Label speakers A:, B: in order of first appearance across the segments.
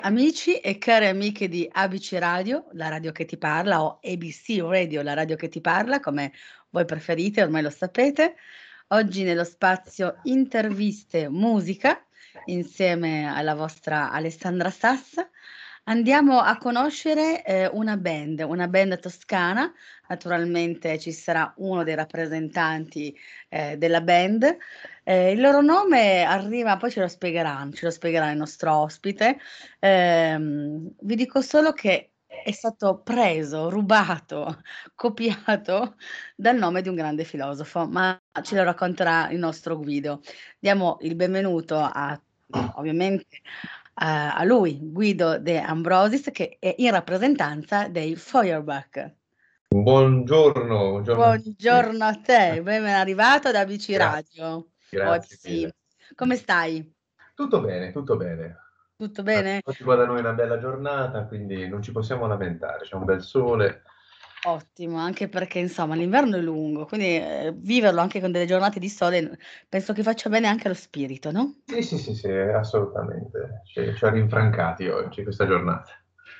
A: Amici e care amiche di ABC Radio, la radio che ti parla, o ABC Radio, la radio che ti parla, come voi preferite, ormai lo sapete. Oggi nello spazio Interviste Musica, insieme alla vostra Alessandra Sassa, andiamo a conoscere una band toscana. Naturalmente ci sarà uno dei rappresentanti della band. Il loro nome arriva, poi ce lo spiegherà il nostro ospite. Vi dico solo che è stato preso, rubato, copiato dal nome di un grande filosofo, ma ce lo racconterà il nostro Guido. Diamo il benvenuto ovviamente a lui, Guido De Ambrosis, che è in rappresentanza dei Feuerbach.
B: Buongiorno, buongiorno a tutti.
A: Buongiorno a te, ben arrivato ad ABC
B: Grazie,
A: Radio o
B: grazie
A: ABC.
B: mille.
A: Come stai?
B: Tutto bene, tutto bene.
A: Tutto bene?
B: Oggi qua da noi è una bella giornata, quindi non ci possiamo lamentare, c'è un bel sole.
A: Ottimo, anche perché insomma l'inverno è lungo, quindi, viverlo anche con delle giornate di sole penso che faccia bene anche allo spirito, no?
B: Sì, sì, sì, sì, assolutamente. Ci ha rinfrancati oggi questa giornata.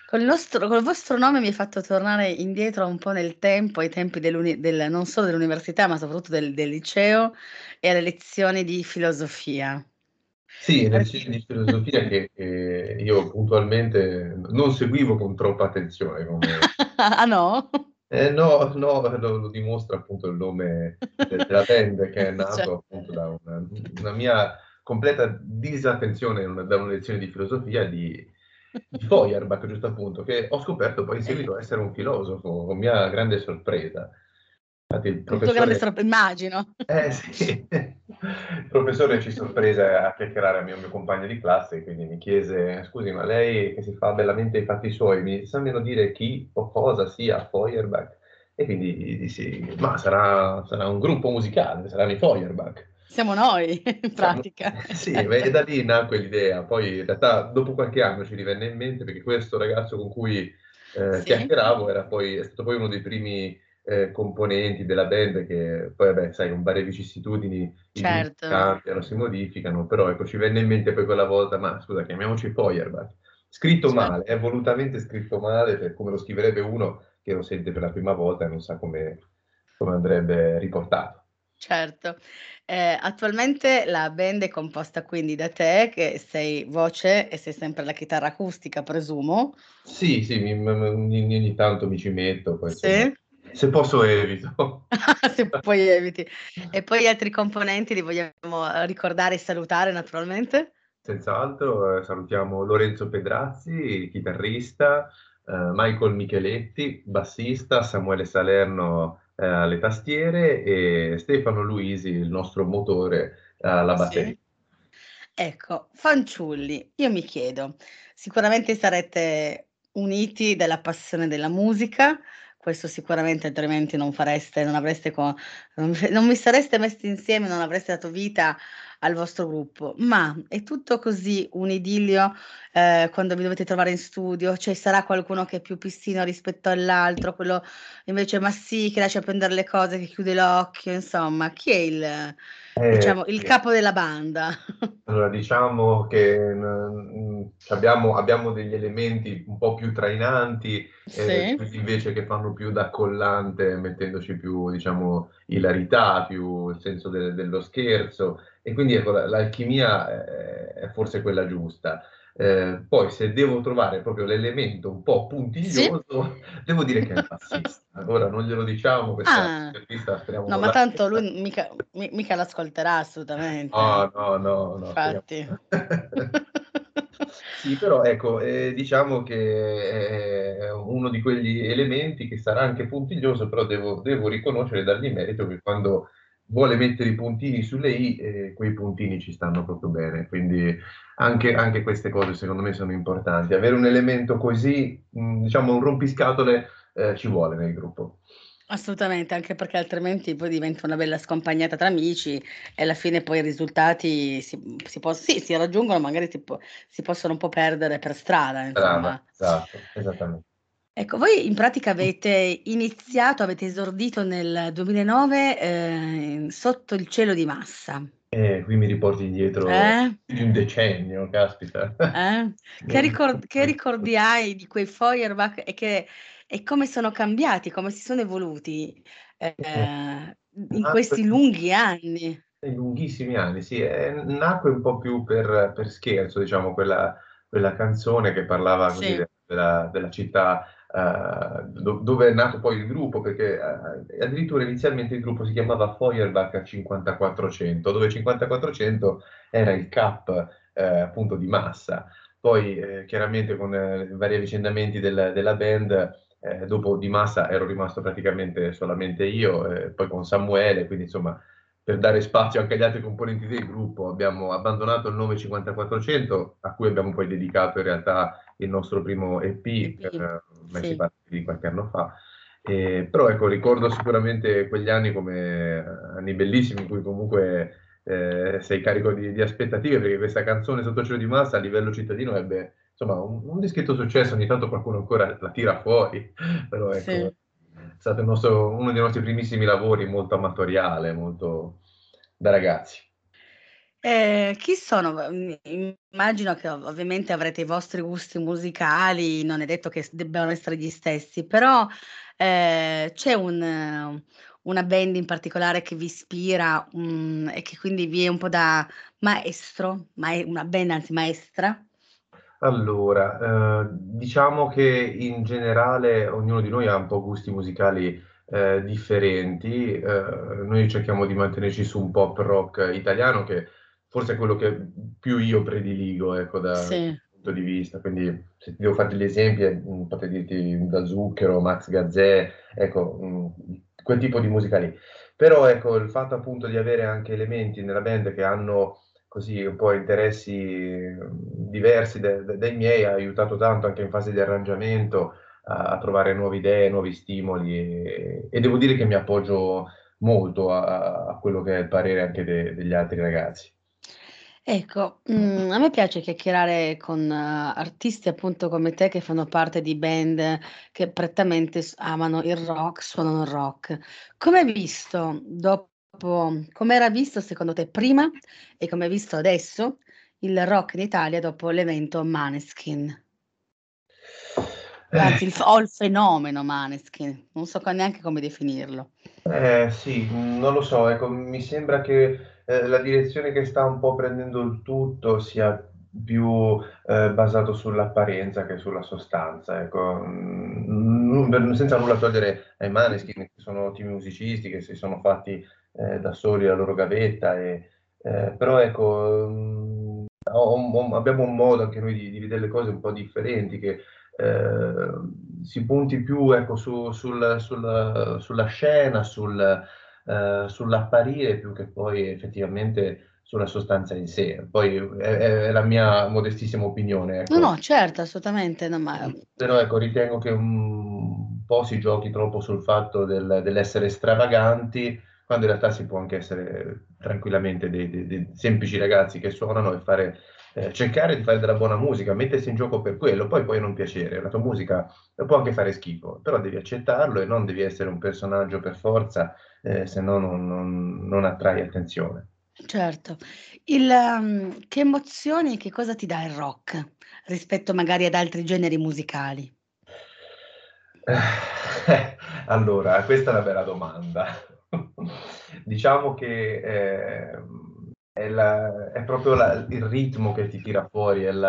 A: Col vostro nome mi hai fatto tornare indietro un po' nel tempo, ai tempi non solo dell'università, ma soprattutto del liceo e alle lezioni di filosofia.
B: Sì,
A: Perché
B: lezioni di filosofia che io puntualmente non seguivo con troppa attenzione come.
A: Ah no?
B: No, no, lo dimostra appunto il nome della band che è
A: Cioè
B: nato appunto da una mia completa disattenzione da una lezione di filosofia di Feuerbach, giusto appunto, che ho scoperto poi in seguito essere un filosofo, con mia grande sorpresa. Infatti il
A: con tuo grande
B: professore
A: immagino.
B: sì, il professore ci sorprese a chiacchierare a mio compagno di classe, quindi mi chiese: "Scusi, ma lei che si fa bellamente i fatti suoi, mi sa almeno dire chi o cosa sia Feuerbach?" E quindi gli dissi: "Ma sarà un gruppo musicale, saranno i Feuerbach."
A: Siamo noi in
B: Siamo
A: pratica,
B: sì, e
A: certo.
B: da lì nacque l'idea. Poi in realtà dopo qualche anno ci rivenne in mente perché questo ragazzo con cui,
A: Sì,
B: chiacchieravo è stato poi uno dei primi, componenti della band che poi vabbè, sai, con varie vicissitudini i gruppi
A: certo,
B: cambiano, si modificano, però ecco ci venne in mente poi quella volta: "Ma scusa, chiamiamoci Feuerbach." Scritto male,
A: certo.
B: volutamente scritto male, per come lo scriverebbe uno che lo sente per la prima volta e non sa come andrebbe riportato.
A: Certo. Attualmente la band è composta quindi da te, che sei voce e sei sempre la chitarra acustica presumo.
B: Sì, sì, ogni tanto mi ci metto, poi insomma,
A: Sì?
B: se posso evito.
A: Se poi eviti. E poi gli altri componenti li vogliamo ricordare e salutare naturalmente?
B: Senz'altro, salutiamo Lorenzo Pedrazzi, chitarrista, Michael Micheletti, bassista, Samuele Salerno, alle tastiere e Stefano Luisi, il nostro motore, alla
A: Sì.
B: batteria.
A: Ecco, fanciulli, io mi chiedo, sicuramente sarete uniti dalla passione della musica, questo sicuramente altrimenti non avreste non vi sareste messi insieme, non avreste dato vita al vostro gruppo. Ma è tutto così un idillio, quando vi dovete trovare in studio? Cioè sarà qualcuno che è più pistino rispetto all'altro, quello invece ma sì, che lascia prendere le cose, che chiude l'occhio, insomma, chi è diciamo il
B: Sì.
A: capo della banda?
B: Allora, diciamo che abbiamo degli elementi un po' più trainanti,
A: Sì,
B: quelli invece che fanno più da collante, mettendoci più, diciamo, ilarità, più il senso dello scherzo, e quindi ecco, l'alchimia è forse quella giusta. Poi se devo trovare proprio l'elemento un po'
A: sì.
B: puntiglioso, devo dire che è il bassista. Ora non glielo diciamo, questa
A: Ah,
B: intervista speriamo
A: no,
B: non
A: ma
B: la
A: tanto
B: senta.
A: lui mica l'ascolterà
B: No,
A: assolutamente.
B: no, no, no, speriamo.
A: Infatti.
B: Sì, però ecco, diciamo che è uno di quegli elementi che sarà anche puntiglioso, però devo riconoscere e dargli merito che quando vuole mettere i puntini sulle i, quei puntini ci stanno proprio bene. Quindi anche queste cose secondo me sono importanti. Avere un elemento così, diciamo un rompiscatole, ci vuole nel gruppo.
A: Assolutamente, anche perché altrimenti poi diventa una bella scompagnata tra amici e alla fine poi i risultati si raggiungono, magari si possono un po' perdere per strada,
B: Brava,
A: insomma.
B: esatto, esattamente.
A: Ecco, voi in pratica avete esordito nel 2009, sotto il cielo di Massa.
B: Qui mi riporti indietro
A: Eh?
B: più di un decennio, caspita.
A: Che ricordi hai di quei Feuerbach e come sono cambiati, come si sono evoluti in
B: Nacque
A: questi lunghi anni?
B: in lunghissimi anni, sì, nacque un po' più per scherzo, diciamo, quella canzone che parlava così
A: Sì,
B: della città dove è nato poi il gruppo, perché addirittura inizialmente il gruppo si chiamava Feuerbach 5400, dove 5400 era il cap appunto di massa. Poi chiaramente con i vari avvicendamenti della band, dopo di massa ero rimasto praticamente solamente io, poi con Samuele, quindi insomma per dare spazio anche agli altri componenti del gruppo abbiamo abbandonato il nome 5400, a cui abbiamo poi dedicato in realtà il nostro primo EP,
A: EP,
B: ma si
A: sì.
B: parla di qualche anno fa. Però ecco, ricordo sicuramente quegli anni come anni bellissimi in cui comunque sei carico di aspettative, perché questa canzone Sotto cielo di massa a livello cittadino ebbe insomma un discreto successo, ogni tanto qualcuno ancora la tira fuori, però ecco, è
A: Sì.
B: stato uno dei nostri primissimi lavori, molto amatoriale, molto da ragazzi.
A: Chi sono? Immagino che ovviamente avrete i vostri gusti musicali, non è detto che debbano essere gli stessi, però c'è una band in particolare che vi ispira, e che quindi vi è un po' da maestro, una band anzi maestra?
B: Allora, diciamo che in generale ognuno di noi ha un po' gusti musicali differenti. Noi cerchiamo di mantenerci su un pop rock italiano, che forse è quello che più io prediligo, ecco, da
A: Sì.
B: questo punto di vista. Quindi se ti devo fare degli esempi, potrei dirti da Zucchero, Max Gazzè, ecco, quel tipo di musica lì. Però ecco, il fatto appunto di avere anche elementi nella band che hanno così un po' interessi diversi dai miei, ha aiutato tanto anche in fase di arrangiamento a trovare nuove idee, nuovi stimoli e devo dire che mi appoggio molto a quello che è il parere anche degli altri ragazzi.
A: Ecco, a me piace chiacchierare con artisti appunto come te che fanno parte di band che prettamente amano il rock, suonano il rock. Come hai visto com'era visto secondo te prima e come hai visto adesso il rock in Italia dopo l'evento Maneskin?
B: Eh,
A: Anzi il fenomeno Maneskin, non so neanche come definirlo.
B: Sì, non lo so, ecco, mi sembra che la direzione che sta un po' prendendo il tutto sia più basato sull'apparenza che sulla sostanza, ecco. Senza nulla togliere ai Maneskin, che sono ottimi musicisti, che si sono fatti da soli la loro gavetta, però ecco, abbiamo un modo anche noi di vedere le cose un po' differenti, che eh, si punti più ecco, sulla scena, sull'apparire più che poi effettivamente sulla sostanza in sé. Poi è la mia modestissima opinione,
A: No,
B: ecco.
A: no, certo, assolutamente, no, ma
B: Però ecco, ritengo che un po' si giochi troppo sul fatto dell'essere stravaganti, quando in realtà si può anche essere tranquillamente dei semplici ragazzi che suonano e cercare di fare della buona musica, mettersi in gioco per quello, poi puoi non piacere, la tua musica può anche fare schifo, però devi accettarlo e non devi essere un personaggio per forza, se no non attrai attenzione.
A: certo. Che emozioni, che cosa ti dà il rock, rispetto magari ad altri generi musicali?
B: Allora, questa è una bella domanda. Diciamo che è proprio il ritmo che ti tira fuori, è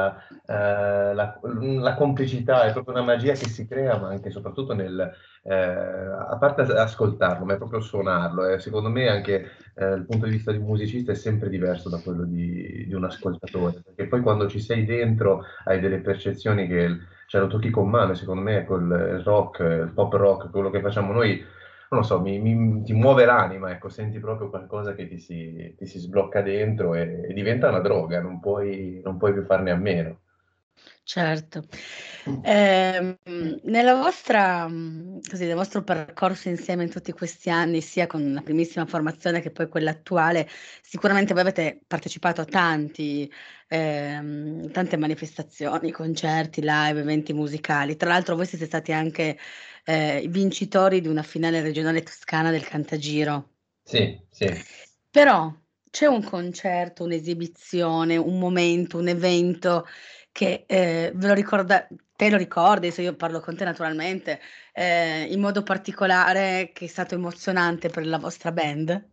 B: la complicità, è proprio una magia che si crea, ma anche e soprattutto a parte ascoltarlo, ma è proprio suonarlo. Secondo me anche il punto di vista di un musicista è sempre diverso da quello di un ascoltatore, perché poi quando ci sei dentro hai delle percezioni che cioè, lo tocchi con mano, secondo me il rock, il pop rock, quello che facciamo noi, non lo so, ti muove l'anima, ecco, senti proprio qualcosa che ti si sblocca dentro e diventa una droga, non puoi più farne a meno.
A: Certo. Nella vostra così, nel vostro percorso insieme in tutti questi anni, sia con la primissima formazione che poi quella attuale, sicuramente voi avete partecipato a tante manifestazioni, concerti, live, eventi musicali. Tra l'altro voi siete stati anche, i vincitori di una finale regionale toscana del Cantagiro.
B: Sì, sì.
A: Però c'è un concerto, un'esibizione, un momento, un evento che, ve lo ricorda te lo ricordi, adesso io parlo con te naturalmente, in modo particolare che è stato emozionante per la vostra band?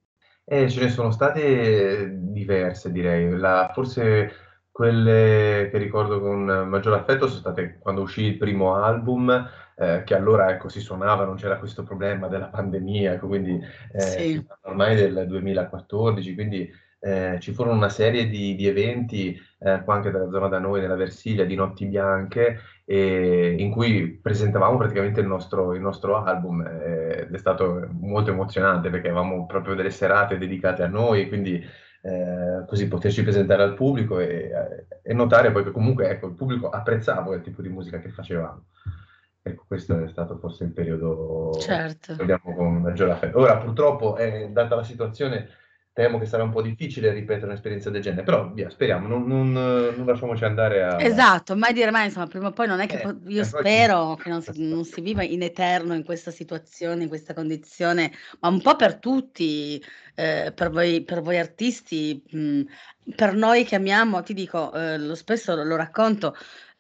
B: Ce ne sono state diverse direi. Forse quelle che ricordo con maggior affetto son state quando uscì il primo album, che allora, ecco, si suonava, non c'era questo problema della pandemia, ecco, quindi, si
A: Sì,
B: parla ormai del 2014, quindi, ci furono una serie di eventi, qua anche dalla zona da noi, nella Versilia, di notti bianche, in cui presentavamo praticamente il nostro album, ed è stato molto emozionante perché avevamo proprio delle serate dedicate a noi, quindi così poterci presentare al pubblico e notare poi che comunque ecco, il pubblico apprezzava il tipo di musica che facevamo. Ecco, questo è stato forse il periodo
A: certo.
B: che abbiamo con maggior affetto. Ora purtroppo, data la situazione, temo che sarà un po' difficile ripetere un'esperienza del genere, però via, speriamo, non lasciamoci andare a...
A: Esatto, mai dire mai, insomma, prima o poi non è che io
B: Poi ci
A: spero che non si viva in eterno in questa situazione, in questa condizione, ma un po' per tutti, per voi artisti, per noi che amiamo, ti dico, lo spesso lo racconto,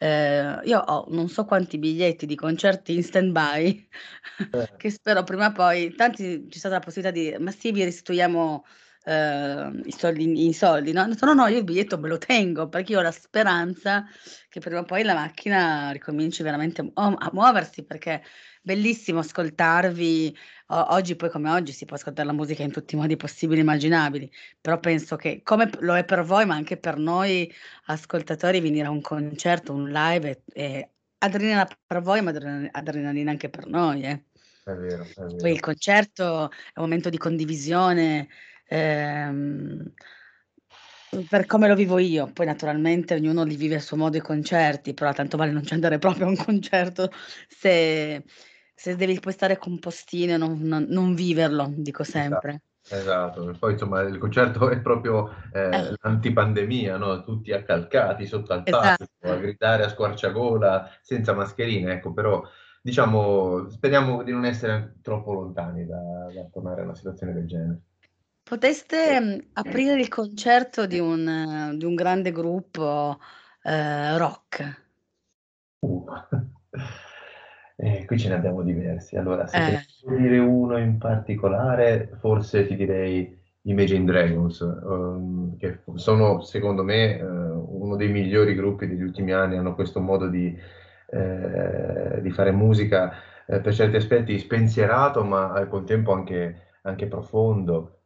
A: io ho non so quanti biglietti di concerti in stand-by che spero prima o poi tanti c'è stata la possibilità di dire: "Ma sì, vi restituiamo, i soldi", no, ho detto: "No, no, io il biglietto me lo tengo", perché io ho la speranza che prima o poi la macchina ricominci veramente a muoversi, perché bellissimo ascoltarvi. Oggi poi come oggi si può ascoltare la musica in tutti i modi possibili e immaginabili, però penso che come lo è per voi, ma anche per noi ascoltatori, venire a un concerto, un live è adrenalina per voi, ma adrenalina anche per noi, eh.
B: È vero, è
A: Poi il
B: vero.
A: concerto è un momento di condivisione, ehm, per come lo vivo io. Poi naturalmente ognuno li vive a suo modo i concerti, però tanto vale non ci andare proprio a un concerto se devi poi stare con postino e non viverlo, dico
B: Esa
A: sempre.
B: esatto. E poi insomma il concerto è proprio,
A: Eh,
B: l'antipandemia, no, tutti accalcati sotto al palco, a
A: esatto.
B: gridare a squarciagola, senza mascherine, ecco, però diciamo speriamo di non essere troppo lontani da tornare a una situazione del genere.
A: Poteste, aprire il concerto di un grande gruppo, rock.
B: Uh. Qui ce ne abbiamo diversi. Allora, se te ne
A: Eh,
B: devo dire uno in particolare, forse ti direi Imagine Dragons, che sono secondo me uno dei migliori gruppi degli ultimi anni, hanno questo modo di fare musica per certi aspetti spensierato, ma al contempo anche profondo.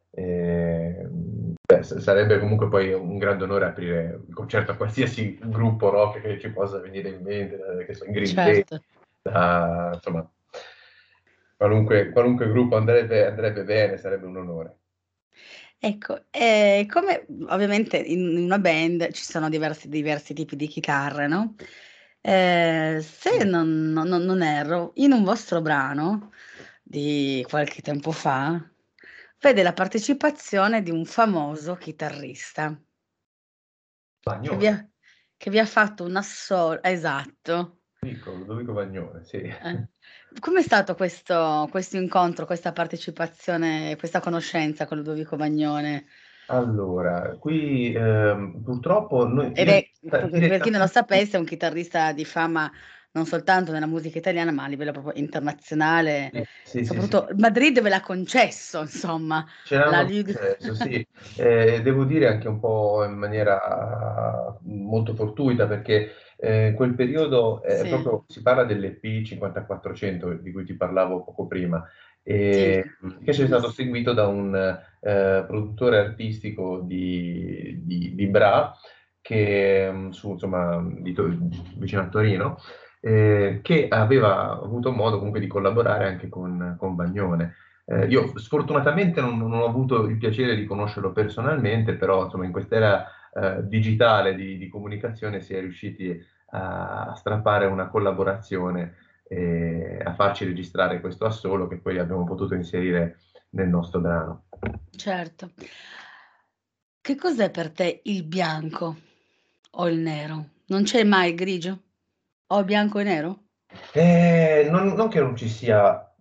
B: Sarebbe comunque poi un grande onore aprire il concerto a qualsiasi gruppo rock che ci possa venire in mente, che so, i Green Day,
A: certo.
B: insomma, qualunque gruppo andrebbe bene, sarebbe un onore.
A: Ecco, come ovviamente in una band ci sono diversi tipi di chitarre, no, se
B: Sì.
A: non erro, in un vostro brano di qualche tempo fa, vede la partecipazione di un famoso chitarrista che vi
B: Vagnone,
A: ha fatto un esatto.
B: Ludovico Vagnone, sì.
A: Com'è stato questo incontro, questa partecipazione, questa conoscenza con Ludovico Vagnone?
B: Allora, qui, purtroppo
A: Ed
B: io
A: è, per chi non lo
B: direttamente
A: sapesse, è un chitarrista di fama non soltanto nella musica italiana, ma a livello proprio internazionale.
B: sì, sì, sì, sì.
A: Soprattutto Madrid ve l'ha concesso, insomma,
B: Ce
A: la
B: l'hanno
A: Liud
B: concesso, sì. Devo dire anche un po' in maniera molto fortuita perché, in quel periodo,
A: sì,
B: proprio si parla dell'EP 5400 di cui ti parlavo poco prima,
A: sì,
B: che c'è stato
A: bellissimo.
B: seguito da un, produttore artistico di Bra che, su insomma vicino a Torino, che aveva avuto modo comunque di collaborare anche con Bagnone. Io sfortunatamente non ho avuto il piacere di conoscerlo personalmente, però insomma in quest'era digitale di comunicazione si è riusciti a strappare una collaborazione e a farci registrare questo assolo che poi abbiamo potuto inserire nel nostro brano.
A: Certo. Che cos'è per te il bianco o il nero? Non c'è mai il grigio? O bianco e nero?
B: Non che non ci sia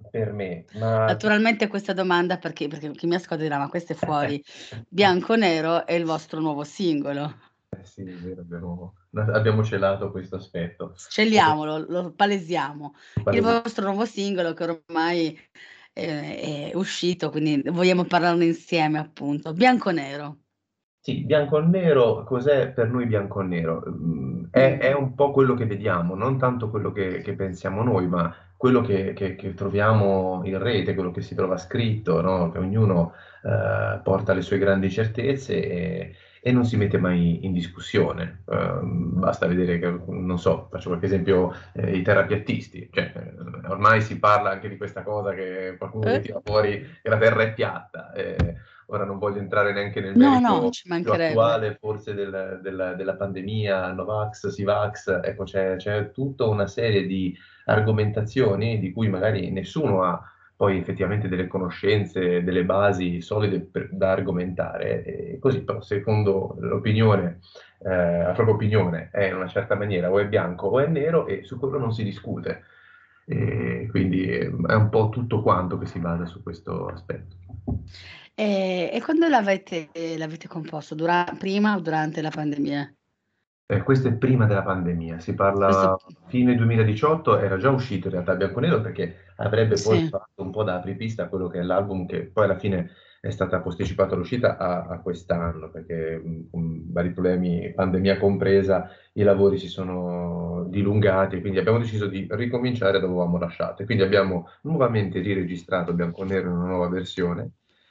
B: per me, ma
A: Naturalmente questa domanda perché chi mi ascolta dirà: "Ma questo è fuori bianco o nero, è il vostro nuovo singolo."
B: eh sì, è vero, abbiamo celato questo aspetto.
A: Scegliamolo, lo palesiamo. Il
B: Palese
A: vostro nuovo singolo che ormai è uscito, quindi vogliamo parlarne insieme appunto. Bianco o nero.
B: Sì, bianco o nero, cos'è per noi bianco o nero? È
A: Mh.
B: un po' quello che vediamo, non tanto quello che pensiamo noi, ma quello che troviamo in rete, quello che si trova scritto, no? Che ognuno porta le sue grandi certezze e non si mette mai in discussione. Basta vedere che, non so, faccio qualche esempio, i terapiattisti, cioè, ormai si parla anche di questa cosa che qualcuno che
A: Eh?
B: tira fuori che la Terra è piatta. Ora non voglio entrare neanche nel
A: No, no,
B: merito
A: ci
B: più
A: mancherebbe.
B: attuale, forse della pandemia, Novax, Sivax, ecco, c'è tutta una serie di argomentazioni di cui magari nessuno ha poi effettivamente delle conoscenze, delle basi solide da argomentare, e così però secondo l'opinione, la propria opinione è in una certa maniera, o è bianco o è nero, e su quello non si discute. E quindi è un po' tutto quanto che si basa su questo aspetto.
A: E quando l'avete composto? Prima o durante la pandemia?
B: Questo è prima della pandemia, si
A: Questo
B: parla fine 2018, era già uscito in realtà Bianconero perché avrebbe poi
A: sì.
B: fatto un po' da apripista a quello che è l'album che poi alla fine è stata posticipata l'uscita a quest'anno perché con vari problemi, pandemia compresa, i lavori si sono dilungati e quindi abbiamo deciso di ricominciare dove avevamo lasciato. E quindi abbiamo nuovamente riregistrato Bianconero in una nuova versione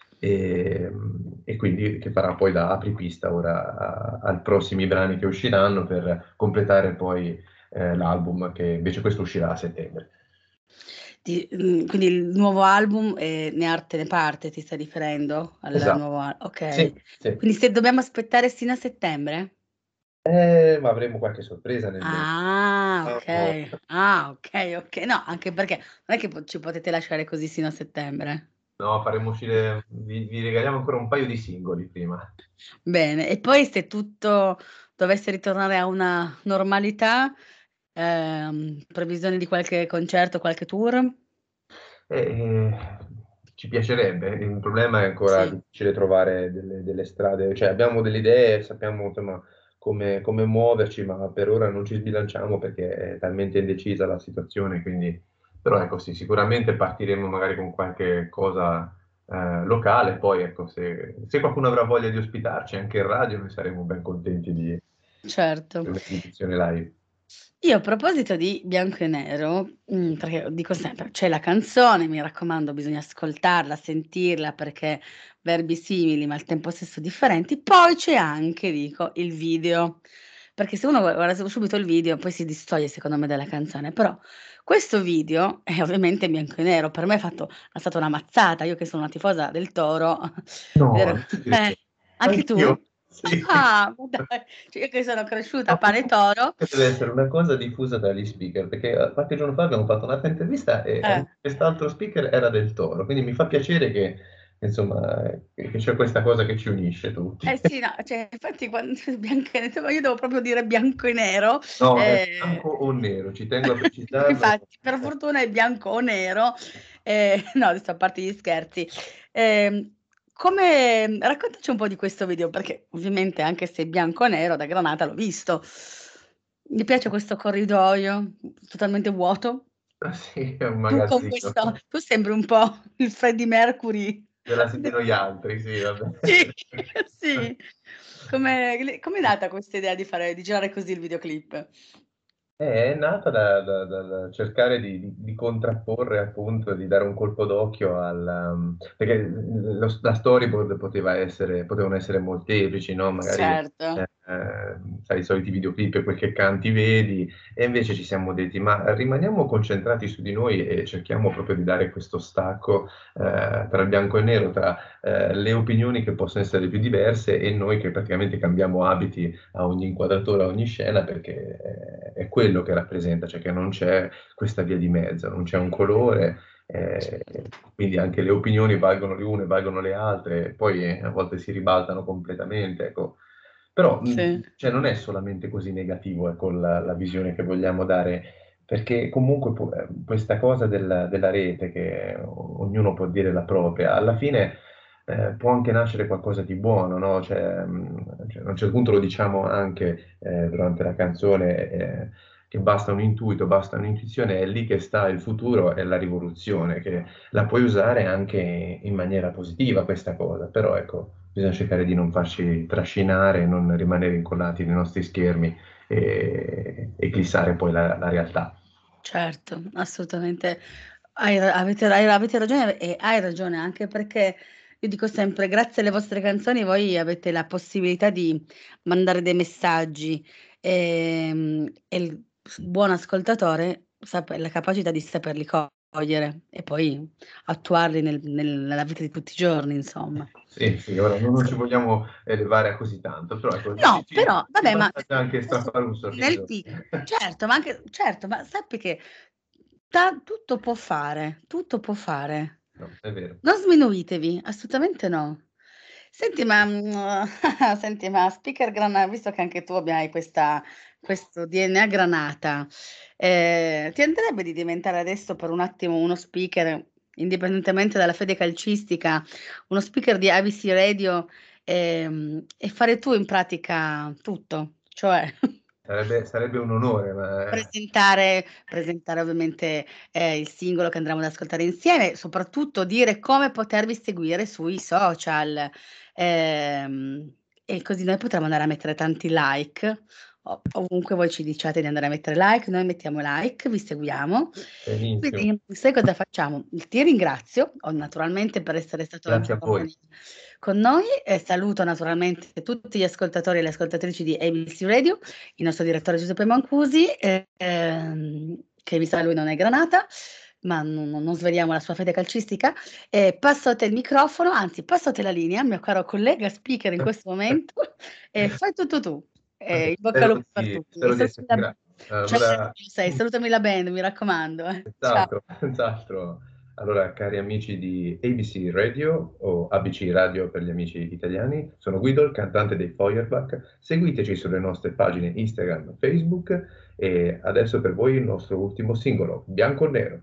B: e quindi che farà poi da apripista ora ai prossimi brani che usciranno per completare poi l'album che invece questo uscirà a settembre.
A: Quindi il nuovo album, "Ne arte ne parte" ti stai riferendo al
B: Esatto,
A: nuovo
B: sì,
A: okay.
B: sì.
A: Quindi se dobbiamo aspettare sino a settembre?
B: Ma avremo qualche sorpresa nel mentre.
A: Ah,
B: Diciamo,
A: okay. Ah, okay, okay. No, anche perché non è che ci potete lasciare così sino a settembre.
B: no, faremo uscire, vi regaliamo ancora un paio di singoli prima.
A: Bene, e poi se tutto dovesse ritornare a una normalità, previsione di qualche concerto, qualche tour?
B: Eh, ci piacerebbe, il problema è ancora
A: Sì.
B: difficile trovare delle strade, cioè abbiamo delle idee, sappiamo insomma come muoverci, ma per ora non ci sbilanciamo perché è talmente indecisa la situazione, quindi però ecco sì, sicuramente partiremo magari con qualche cosa locale, poi ecco se qualcuno avrà voglia di ospitarci anche in radio, noi saremo ben contenti di
A: Certo.
B: un'esibizione live.
A: Io a proposito di bianco e nero, perché dico sempre: c'è la canzone, mi raccomando bisogna ascoltarla, sentirla perché verbi simili ma al tempo stesso differenti, poi c'è anche, dico, il video, perché se uno guarda subito il video poi si distoglie secondo me dalla canzone, però questo video è ovviamente in bianco e nero, per me è stata una mazzata, io che sono una tifosa del Toro,
B: No,
A: vedere
B: non ci credo.
A: anche
B: Anch'io,
A: tu?
B: sì.
A: Ah, ma dai, cioè io che sono cresciuta a pane Toro
B: Deve essere una cosa diffusa tra gli speaker, perché qualche giorno fa abbiamo fatto un'altra intervista e
A: eh.
B: anche quest'altro speaker era del Toro, quindi mi fa piacere che, insomma, che c'è questa cosa che ci unisce tutti.
A: Eh sì, no, cioè infatti bianco e ne ma io devo proprio dire bianco e nero,
B: No, è
A: ehm,
B: bianco o nero, ci tengo a precisarlo.
A: infatti per fortuna è bianco o nero, no adesso a parte gli scherzi. Come raccontaci un po' di questo video, perché ovviamente anche se è bianco o nero da Granata l'ho visto. Mi piace questo corridoio totalmente vuoto.
B: Sì, è un
A: Tu con
B: magazzino.
A: questo tu sembri un po' il Freddie Mercury
B: Della
A: de
B: Sentino gli altri, sì, vabbè.
A: sì, sì. Com'è nata questa idea di girare così il videoclip?
B: È nata dal cercare di contrapporre appunto, di dare un colpo d'occhio perché la storyboard potevano essere molteplici, no? Magari
A: Certo.
B: sai, i soliti videoclip, quel che canti vedi, e invece ci siamo detti, ma rimaniamo concentrati su di noi e cerchiamo proprio di dare questo stacco tra il bianco e il nero, tra le opinioni che possono essere più diverse e noi che praticamente cambiamo abiti a ogni inquadratura, a ogni scena, perché è quello che rappresenta, cioè che non c'è questa via di mezzo, non c'è un colore, eh, quindi anche le opinioni valgono le une, valgono le altre, poi a volte si ribaltano completamente, ecco. Però
A: Sì.
B: cioè, non è solamente così negativo, ecco, la visione che vogliamo dare. perché comunque questa cosa della rete, che ognuno può dire la propria, alla fine può anche nascere qualcosa di buono, no? Cioè, a un certo punto lo diciamo anche durante la canzone, che basta un intuito, basta un'intuizione, è lì che sta il futuro e la rivoluzione, che la puoi usare anche in maniera positiva questa cosa, però ecco, bisogna cercare di non farci trascinare, non rimanere incollati nei nostri schermi e eclissare poi la realtà.
A: Certo, assolutamente. Avete ragione e hai ragione, anche perché io dico sempre: grazie alle vostre canzoni voi avete la possibilità di mandare dei messaggi, e il buon ascoltatore la capacità di saperli cogliere e poi attuarli nella vita di tutti i giorni, insomma.
B: Sì, sì, ora non ci vogliamo elevare a così tanto, però ecco,
A: No, però
B: ci
A: vabbè, ma
B: basta già anche strappare un
A: nel
B: sorriso.
A: certo, ma sappi che tutto può fare.
B: No, è vero.
A: Non sminuitevi, assolutamente no. Senti, ma senti, ma speaker visto che anche tu hai questo DNA granata, ti andrebbe di diventare adesso per un attimo uno speaker, indipendentemente dalla fede calcistica, uno speaker di ABC Radio, e fare tu in pratica tutto? Cioè
B: Sarebbe un onore, ma
A: presentare ovviamente, il singolo che andremo ad ascoltare insieme, soprattutto dire come potervi seguire sui social, e così noi potremo andare a mettere tanti like, ovunque voi ci diciate di andare a mettere like, noi mettiamo like, vi seguiamo.
B: benissimo.
A: Quindi sai cosa facciamo? Ti ringrazio, naturalmente per essere stato oggi
B: Grazie a voi.
A: con noi e saluto naturalmente tutti gli ascoltatori e le ascoltatrici di ABC Radio, il nostro direttore Giuseppe Mancusi, che mi sa lui non è granata, ma non sveliamo la sua fede calcistica. Passo a te il microfono, anzi passo a te la linea, mio caro collega speaker in questo momento, e fai tutto tu. In bocca al lupo per tutti. E
B: Spero di
A: salutami
B: esserti grato.
A: certo,
B: Allora,
A: lo sei, salutami la band, mi raccomando, Ciao.
B: senz'altro, senz'altro. Allora, cari amici di ABC Radio o ABC Radio per gli amici italiani, sono Guido, il cantante dei Feuerbach. Seguiteci sulle nostre pagine Instagram e Facebook e adesso per voi il nostro ultimo singolo, Bianco o Nero.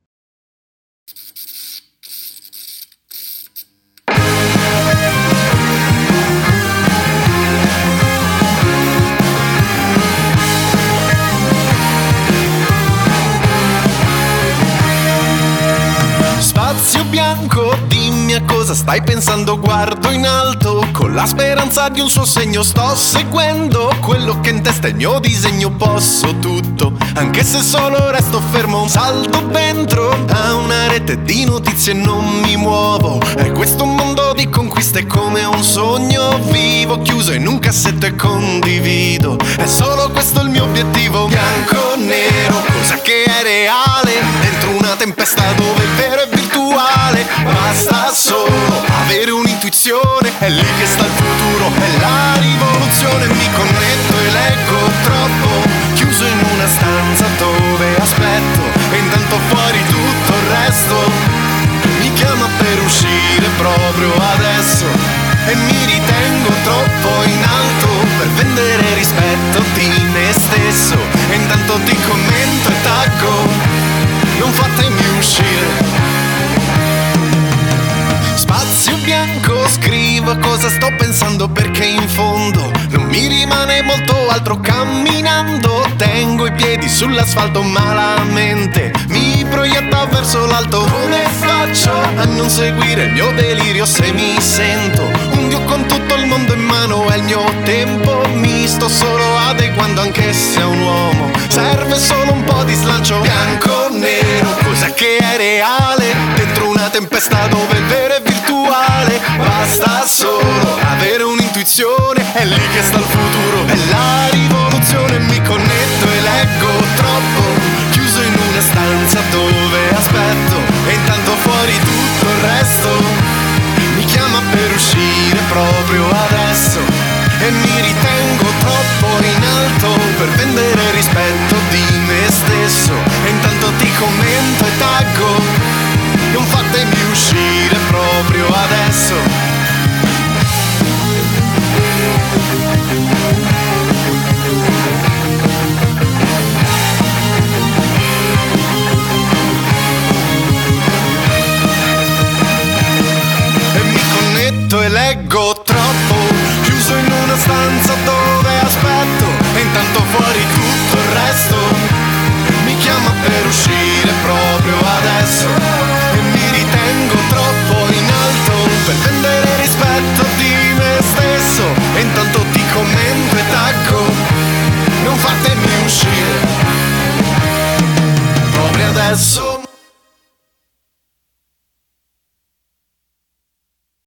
C: Spazio bianco, dimmi a cosa stai pensando, guardo in alto, con la speranza di un suo segno sto seguendo quello che in testa è il mio disegno, posso tutto, anche se solo resto fermo, salto dentro a una rete di notizie e non mi muovo, è questo un mondo di conquiste come un sogno vivo, chiuso in un cassetto e condivido, è solo questo il mio obiettivo, bianco o nero, cosa che è reale, dentro una tempesta dove il vero è virtuale, basta solo avere un'intuizione, è lì che sta il futuro, è la rivoluzione, mi connetto e leggo troppo, chiuso in una stanza dove aspetto, e intanto fuori tutto il resto, mi chiama per uscire proprio adesso, e mi ritengo troppo in alto, per vendere rispetto di me stesso, e intanto ti commento e taggo, non fatemi uscire. Spazio bianco, scrivo cosa sto pensando perché in fondo non mi rimane molto altro camminando, tengo i piedi sull'asfalto ma la mente mi proietta verso l'alto, come faccio a non seguire il mio delirio se mi sento un dio con tutto il mondo in mano, è il mio tempo, mi sto solo adeguando anche se è un uomo, serve solo un po' di slancio, bianco o nero, cosa che è reale, dentro una tempesta dove il vero è virtuale, basta solo avere un'intuizione, è lì che sta il futuro, è la rivoluzione, mi connetto e leggo troppo, chiuso in una stanza dove aspetto, e intanto fuori tutto il resto, mi chiama per uscire proprio adesso, e mi ritengo troppo in alto, per vendere rispetto di me stesso, e intanto ti commento e taggo, non fatemi uscire proprio adesso. per vendere rispetto di me stesso, e intanto ti commento e taggo, non fatemi uscire proprio adesso.